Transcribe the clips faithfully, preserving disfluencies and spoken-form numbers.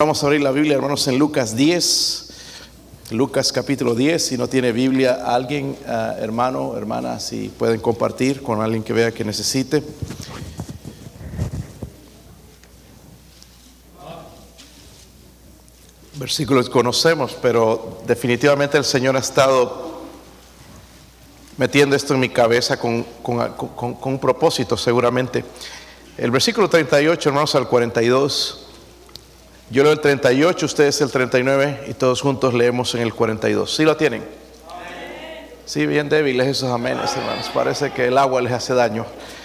Vamos a abrir la Biblia, hermanos, en Lucas diez. Lucas capítulo diez. Si no tiene Biblia, alguien, uh, hermano, hermana, si pueden compartir con alguien que vea que necesite. Versículos que conocemos, pero definitivamente el Señor ha estado metiendo esto en mi cabeza con, con, con, con un propósito seguramente. El versículo treinta y ocho, hermanos, al cuarenta y dos. Yo leo el treinta y ocho, ustedes el treinta y nueve y todos juntos leemos en el cuarenta y dos. ¿Sí lo tienen? Amén. Sí, bien débiles esos amenes, hermanos. Parece que el agua les hace daño.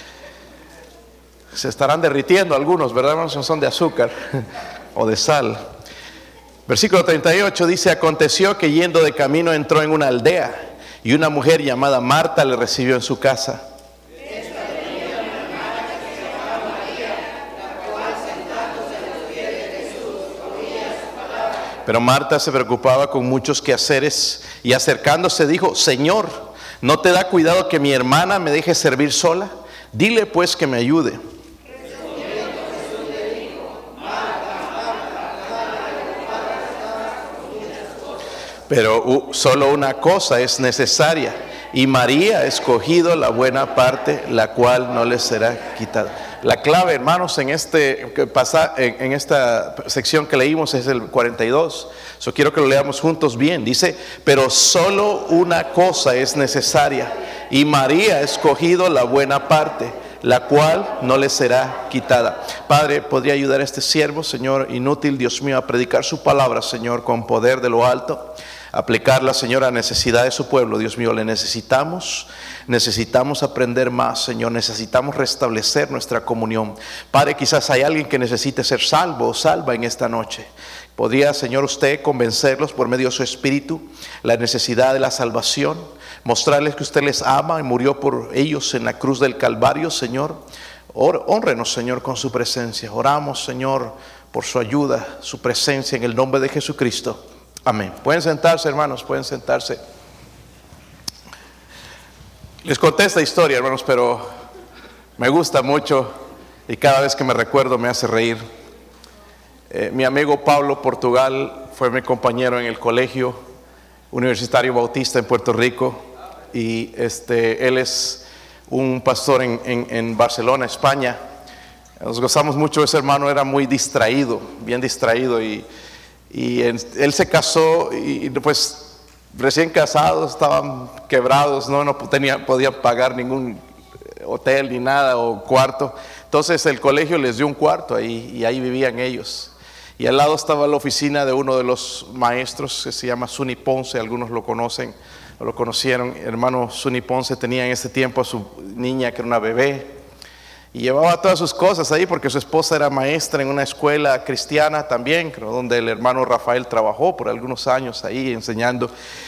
Se estarán derritiendo algunos, ¿verdad, hermanos? Son de azúcar o de sal. Versículo treinta y ocho dice: aconteció que yendo de camino entró en una aldea y una mujer llamada Marta le recibió en su casa. Pero Marta se preocupaba con muchos quehaceres y acercándose dijo: Señor, ¿no te da cuidado que mi hermana me deje servir sola? Dile pues que me ayude. Pero uh, solo una cosa es necesaria, y María ha escogido la buena parte, la cual no le será quitada. La clave, hermanos, en este pasa, en, en esta sección que leímos es el cuarenta y dos. So quiero que lo leamos juntos bien. Dice: pero solo una cosa es necesaria, y María ha escogido la buena parte, la cual no le será quitada. Padre, ¿podría ayudar a este siervo, Señor, inútil, Dios mío, a predicar su palabra, Señor, con poder de lo alto? Aplicarla, Señor, a necesidad de su pueblo. Dios mío, le necesitamos, necesitamos aprender más, Señor, necesitamos restablecer nuestra comunión. Padre, quizás hay alguien que necesite ser salvo o salva en esta noche. ¿Podría, Señor, usted convencerlos por medio de su espíritu la necesidad de la salvación? Mostrarles que usted les ama y murió por ellos en la cruz del Calvario, Señor. Hónrenos, Señor, con su presencia. Oramos, Señor, por su ayuda, su presencia, en el nombre de Jesucristo. Amén. Pueden sentarse, hermanos, pueden sentarse. Les conté esta historia, hermanos, pero me gusta mucho y cada vez que me recuerdo me hace reír. Eh, mi amigo Pablo Portugal fue mi compañero en el colegio universitario bautista en Puerto Rico, y este, él es un pastor en, en, en Barcelona, España. Nos gozamos mucho. Ese hermano era muy distraído, bien distraído, y Y él se casó y pues recién casados, estaban quebrados, no, no tenía, podían pagar ningún hotel ni nada o cuarto. Entonces el colegio les dio un cuarto ahí y ahí vivían ellos. Y al lado estaba la oficina de uno de los maestros que se llama Suni Ponce, algunos lo conocen, lo conocieron. El hermano Suni Ponce tenía en ese tiempo a su niña que era una bebé. Y llevaba todas sus cosas ahí porque su esposa era maestra en una escuela cristiana también, creo, donde el hermano Rafael trabajó por algunos años ahí enseñando.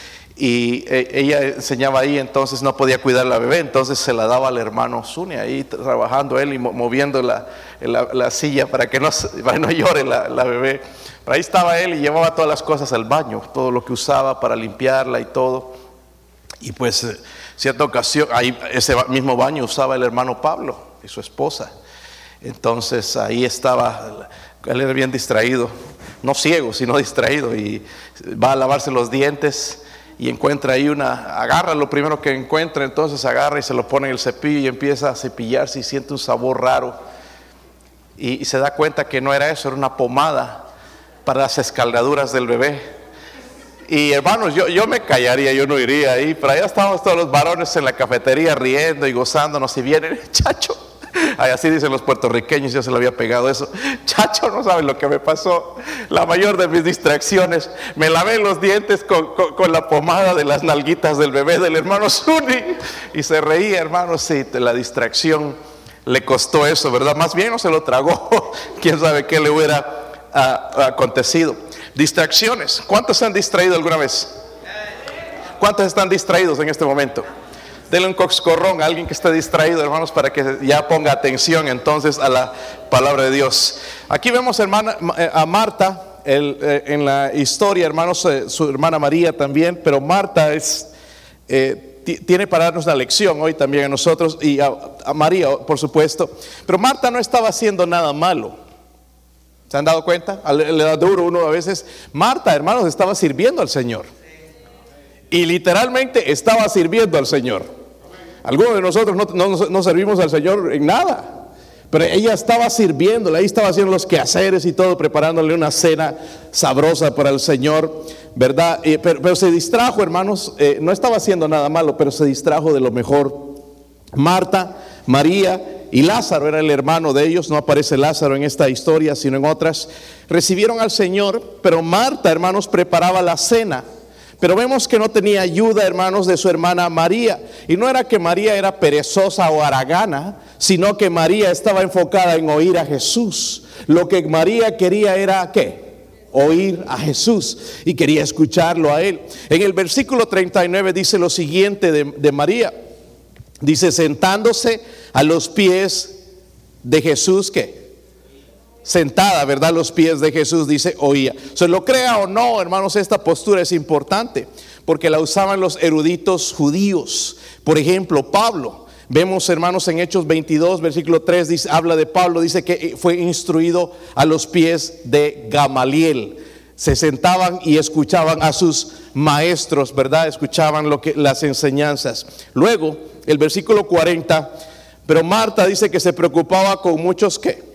Y eh, ella enseñaba ahí, entonces no podía cuidar a la bebé, entonces se la daba al hermano Zuni ahí trabajando él y moviendo la, la, la silla para que no, para que no llore la, la bebé. Pero ahí estaba él y llevaba todas las cosas al baño, todo lo que usaba para limpiarla y todo. Y pues eh, cierta ocasión, ahí ese mismo baño usaba el hermano Pablo y su esposa. Entonces ahí estaba, él era bien distraído, no ciego, sino distraído, y va a lavarse los dientes y encuentra ahí una, agarra lo primero que encuentra, entonces agarra y se lo pone en el cepillo y empieza a cepillarse y siente un sabor raro, y, y se da cuenta que no era eso, era una pomada para las escaldaduras del bebé. Y hermanos, yo, yo me callaría, yo no iría ahí, pero allá estábamos todos los varones en la cafetería riendo y gozándonos, y viene, chacho, ay, así dicen los puertorriqueños, yo se lo había pegado eso, chacho, no sabes lo que me pasó, la mayor de mis distracciones, me lavé los dientes con, con, con la pomada de las nalguitas del bebé del hermano Zuni, y se reía, hermanos, sí, la distracción le costó eso, ¿verdad? Más bien no se lo tragó, quién sabe qué le hubiera a, a acontecido. Distracciones. ¿Cuántos se han distraído alguna vez? ¿Cuántos están distraídos en este momento? Denle un coscorrón a alguien que esté distraído, hermanos, para que ya ponga atención entonces a la palabra de Dios. Aquí vemos hermana, a Marta el, eh, en la historia, hermanos, eh, su hermana María también, pero Marta es, eh, t- tiene para darnos la lección hoy también a nosotros, y a, a María, por supuesto. Pero Marta no estaba haciendo nada malo. ¿Se han dado cuenta? Le, le da duro uno a veces. Marta, hermanos, estaba sirviendo al Señor. Y literalmente estaba sirviendo al Señor. Algunos de nosotros no, no, no servimos al Señor en nada. Pero ella estaba sirviéndole, ahí estaba haciendo los quehaceres y todo, preparándole una cena sabrosa para el Señor, ¿verdad? Eh, pero, pero se distrajo, hermanos, eh, no estaba haciendo nada malo, pero se distrajo de lo mejor. Marta, María y Lázaro era el hermano de ellos, no aparece Lázaro en esta historia, sino en otras. Recibieron al Señor, pero Marta, hermanos, preparaba la cena. Pero vemos que no tenía ayuda, hermanos, de su hermana María. Y no era que María era perezosa o haragana, sino que María estaba enfocada en oír a Jesús. Lo que María quería era, ¿qué? Oír a Jesús, y quería escucharlo a Él. En el versículo treinta y nueve dice lo siguiente de, de María. Dice, sentándose a los pies de Jesús, ¿qué? Sentada, ¿verdad? Los pies de Jesús, dice, oía. Se lo crea o no, hermanos, esta postura es importante, porque la usaban los eruditos judíos. Por ejemplo, Pablo, vemos, hermanos, en Hechos veintidós, versículo tres, dice, habla de Pablo, dice que fue instruido a los pies de Gamaliel. Se sentaban y escuchaban a sus maestros, ¿verdad? Escuchaban lo que, las enseñanzas. Luego, el versículo cuarenta, pero Marta dice que se preocupaba con muchos, ¿qué?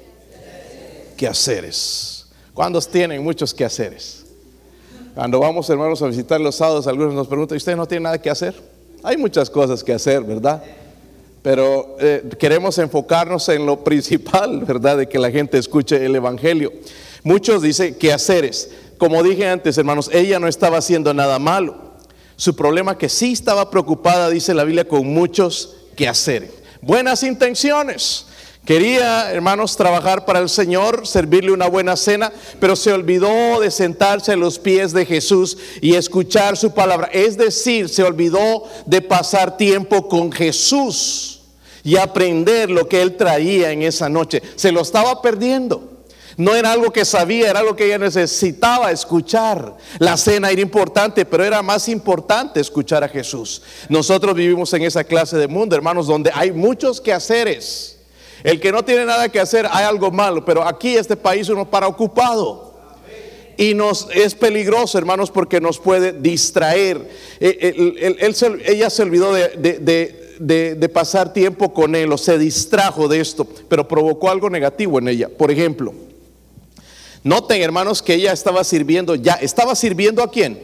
Quehaceres. ¿Cuántos tienen muchos quehaceres? Cuando vamos, hermanos, a visitar los sábados, algunos nos preguntan, ¿ustedes no tienen nada que hacer? Hay muchas cosas que hacer, ¿verdad? Pero eh, queremos enfocarnos en lo principal, ¿verdad? De que la gente escuche el evangelio. Muchos dicen quehaceres. Como dije antes, hermanos, ella no estaba haciendo nada malo. Su problema que sí estaba preocupada, dice la Biblia, con muchos quehaceres. Buenas intenciones. Quería, hermanos, trabajar para el Señor, servirle una buena cena, pero se olvidó de sentarse a los pies de Jesús y escuchar su palabra. Es decir, se olvidó de pasar tiempo con Jesús y aprender lo que Él traía en esa noche. Se lo estaba perdiendo. No era algo que sabía, era algo que ella necesitaba escuchar. La cena era importante, pero era más importante escuchar a Jesús. Nosotros vivimos en esa clase de mundo, hermanos, donde hay muchos quehaceres. El que no tiene nada que hacer, hay algo malo, pero aquí este país uno para ocupado. Y nos es peligroso, hermanos, porque nos puede distraer. Él, él, él se, ella se olvidó de, de, de, de, de pasar tiempo con él, o se distrajo de esto, pero provocó algo negativo en ella. Por ejemplo, noten, hermanos, que ella estaba sirviendo ya. ¿Estaba sirviendo a quién?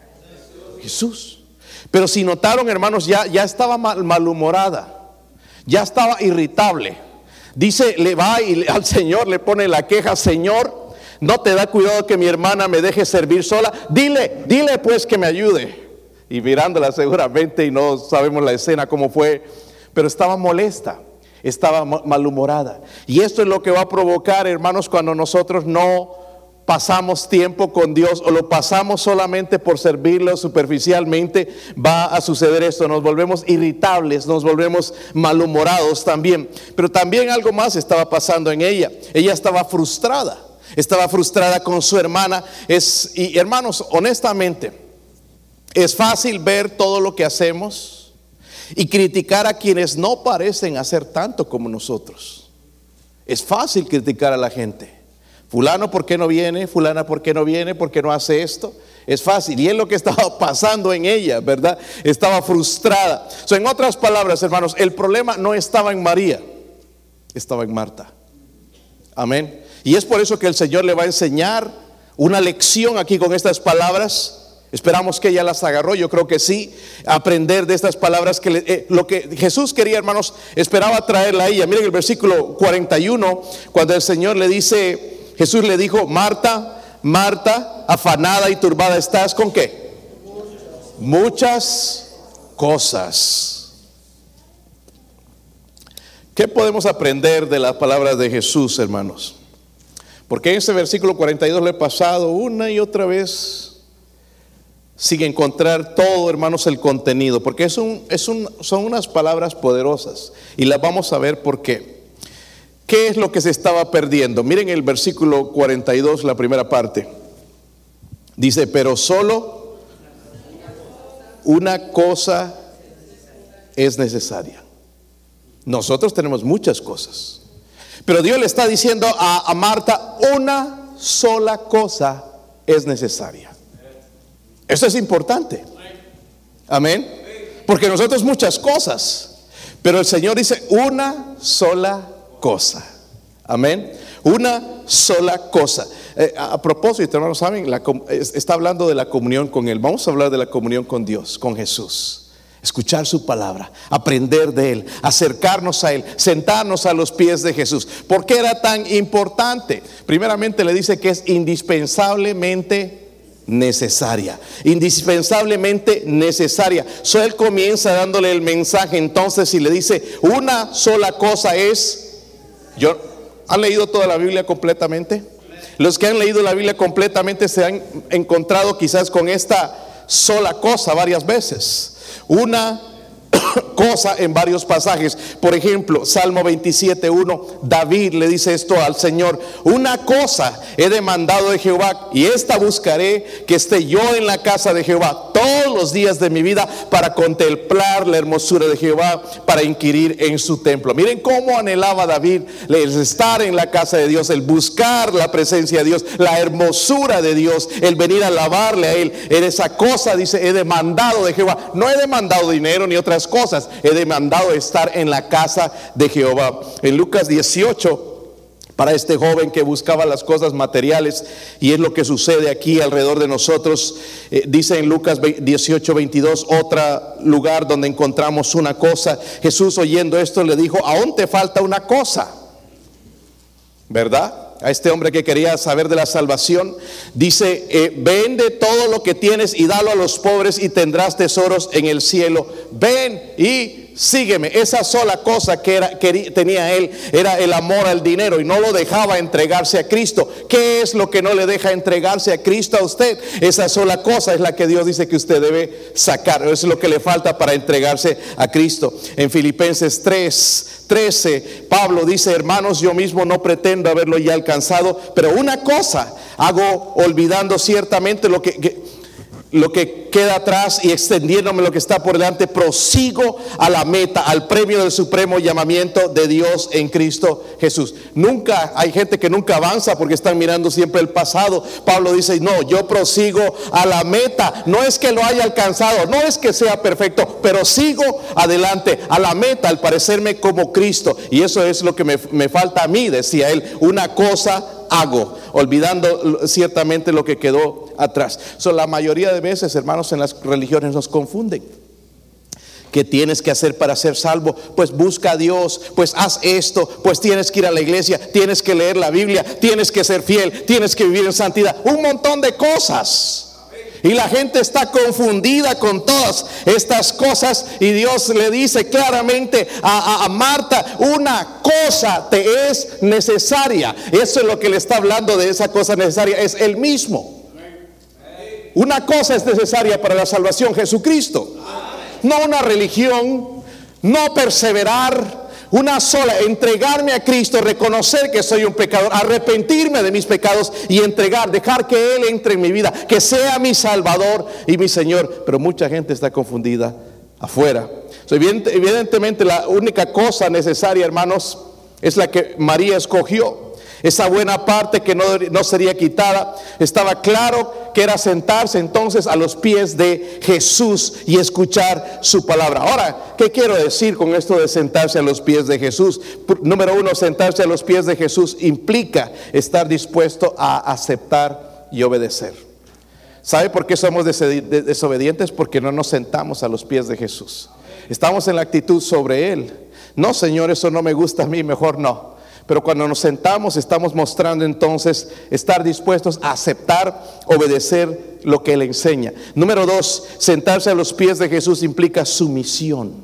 Jesús. Pero si notaron, hermanos, ya, ya estaba mal, malhumorada, ya estaba irritable. Dice, le va y le, al Señor le pone la queja, Señor, no te da cuidado que mi hermana me deje servir sola. Dile, dile pues que me ayude. Y mirándola seguramente, y no sabemos la escena cómo fue, pero estaba molesta, estaba malhumorada. Y esto es lo que va a provocar, hermanos, cuando nosotros no pasamos tiempo con Dios o lo pasamos solamente por servirlo superficialmente. Va a suceder esto, nos volvemos irritables, nos volvemos malhumorados también. Pero también algo más estaba pasando en ella. Ella estaba frustrada, estaba frustrada con su hermana. Es, y hermanos, honestamente, es fácil ver todo lo que hacemos y criticar a quienes no parecen hacer tanto como nosotros. Es fácil criticar a la gente. Fulano, ¿por qué no viene? Fulana, ¿por qué no viene? ¿Por qué no hace esto? Es fácil. Y es lo que estaba pasando en ella, ¿verdad? Estaba frustrada. O sea, en otras palabras, hermanos, el problema no estaba en María, estaba en Marta. Amén. Y es por eso que el Señor le va a enseñar una lección aquí con estas palabras. Esperamos que ella las agarró, yo creo que sí. Aprender de estas palabras que le, eh, lo que Jesús quería, hermanos, esperaba traerla a ella. Miren el versículo cuarenta y uno, cuando el Señor le dice, Jesús le dijo, Marta, Marta, afanada y turbada estás, ¿con qué? Muchas cosas. ¿Qué podemos aprender de las palabras de Jesús, hermanos? Porque en ese versículo cuarenta y dos lo he pasado una y otra vez sin encontrar todo, hermanos, el contenido, porque es un, es un, son unas palabras poderosas y las vamos a ver por qué. ¿Qué es lo que se estaba perdiendo? Miren el versículo cuarenta y dos, la primera parte. Dice, pero solo una cosa es necesaria. Nosotros tenemos muchas cosas, Pero Dios le está diciendo a, a Marta, una sola cosa es necesaria. Eso es importante. Amén. Porque nosotros muchas cosas, pero el Señor dice una sola cosa. Amén. Una sola cosa. Eh, a, a propósito, hermanos, saben, la, está hablando de la comunión con Él. Vamos a hablar de la comunión con Dios, con Jesús. Escuchar su palabra, aprender de Él, acercarnos a Él, sentarnos a los pies de Jesús. ¿Por qué era tan importante? Primeramente le dice que es indispensablemente necesaria. Indispensablemente necesaria. So, Él comienza dándole el mensaje entonces y le dice, una sola cosa es. Yo, ¿han leído toda la Biblia completamente? Los que han leído la Biblia completamente se han encontrado quizás con esta sola cosa varias veces. Una cosa en varios pasajes. Por ejemplo, Salmo veintisiete uno, David le dice esto al Señor: una cosa he demandado de Jehová, y esta buscaré, que esté yo en la casa de Jehová todos los días de mi vida, para contemplar la hermosura de Jehová, para inquirir en su templo. Miren cómo anhelaba David el estar en la casa de Dios, el buscar la presencia de Dios, la hermosura de Dios, el venir a alabarle a Él. En esa cosa dice, he demandado de Jehová. No he demandado dinero ni otras cosas, he demandado estar en la casa de Jehová. En Lucas dieciocho, para este joven que buscaba las cosas materiales, y es lo que sucede aquí alrededor de nosotros, eh, dice en Lucas dieciocho veintidós, otro lugar donde encontramos una cosa. Jesús, oyendo esto, le dijo: aún te falta una cosa, ¿verdad? A este hombre que quería saber de la salvación, dice, eh, vende todo lo que tienes y dalo a los pobres, y tendrás tesoros en el cielo. Ven y sígueme. Esa sola cosa que, era, que tenía él era el amor al dinero, y no lo dejaba entregarse a Cristo. ¿Qué es lo que no le deja entregarse a Cristo a usted? Esa sola cosa es la que Dios dice que usted debe sacar. Eso es lo que le falta para entregarse a Cristo. En Filipenses tres trece, Pablo dice: hermanos, yo mismo no pretendo haberlo ya alcanzado, pero una cosa hago, olvidando ciertamente lo que, que lo que queda atrás y extendiéndome lo que está por delante, prosigo a la meta, al premio del supremo llamamiento de Dios en Cristo Jesús. Nunca, hay gente que nunca avanza porque están mirando siempre el pasado. Pablo dice: no, yo prosigo a la meta. No es que lo haya alcanzado, no es que sea perfecto, pero sigo adelante a la meta, al parecerme como Cristo. Y eso es lo que me, me falta a mí, decía él. Una cosa hago, olvidando ciertamente lo que quedó atrás. So, la mayoría de veces, hermanos, en las religiones nos confunden. ¿Qué tienes que hacer para ser salvo? Pues busca a Dios, pues haz esto, pues tienes que ir a la iglesia, tienes que leer la Biblia, tienes que ser fiel, tienes que vivir en santidad. Un montón de cosas. Y la gente está confundida con todas estas cosas, y Dios le dice claramente a, a, a Marta: una cosa te es necesaria. Eso es lo que le está hablando de esa cosa necesaria, es Él mismo. Una cosa es necesaria para la salvación: Jesucristo. No una religión, no perseverar. Una sola, entregarme a Cristo, reconocer que soy un pecador, arrepentirme de mis pecados y entregar, dejar que Él entre en mi vida, que sea mi Salvador y mi Señor. Pero mucha gente está confundida afuera. So, evidentemente la única cosa necesaria, hermanos, es la que María escogió. Esa buena parte que no, no sería quitada. Estaba claro que era sentarse entonces a los pies de Jesús y escuchar su palabra. Ahora, ¿qué quiero decir con esto de sentarse a los pies de Jesús? Número uno, sentarse a los pies de Jesús implica estar dispuesto a aceptar y obedecer. ¿Sabe por qué somos desobedientes? Porque no nos sentamos a los pies de Jesús. Estamos en la actitud sobre Él. No, Señor, eso no me gusta a mí, mejor no. Pero cuando nos sentamos, estamos mostrando entonces estar dispuestos a aceptar, obedecer lo que Él enseña. Número dos, sentarse a los pies de Jesús implica sumisión.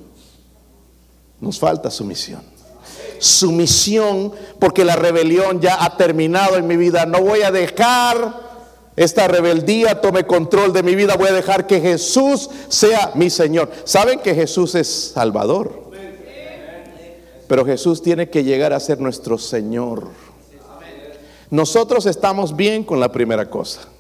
Nos falta sumisión. Sumisión, porque la rebelión ya ha terminado en mi vida. No voy a dejar esta rebeldía tome control de mi vida. Voy a dejar que Jesús sea mi Señor. ¿Saben que Jesús es Salvador? Pero Jesús tiene que llegar a ser nuestro Señor. Nosotros estamos bien con la primera cosa.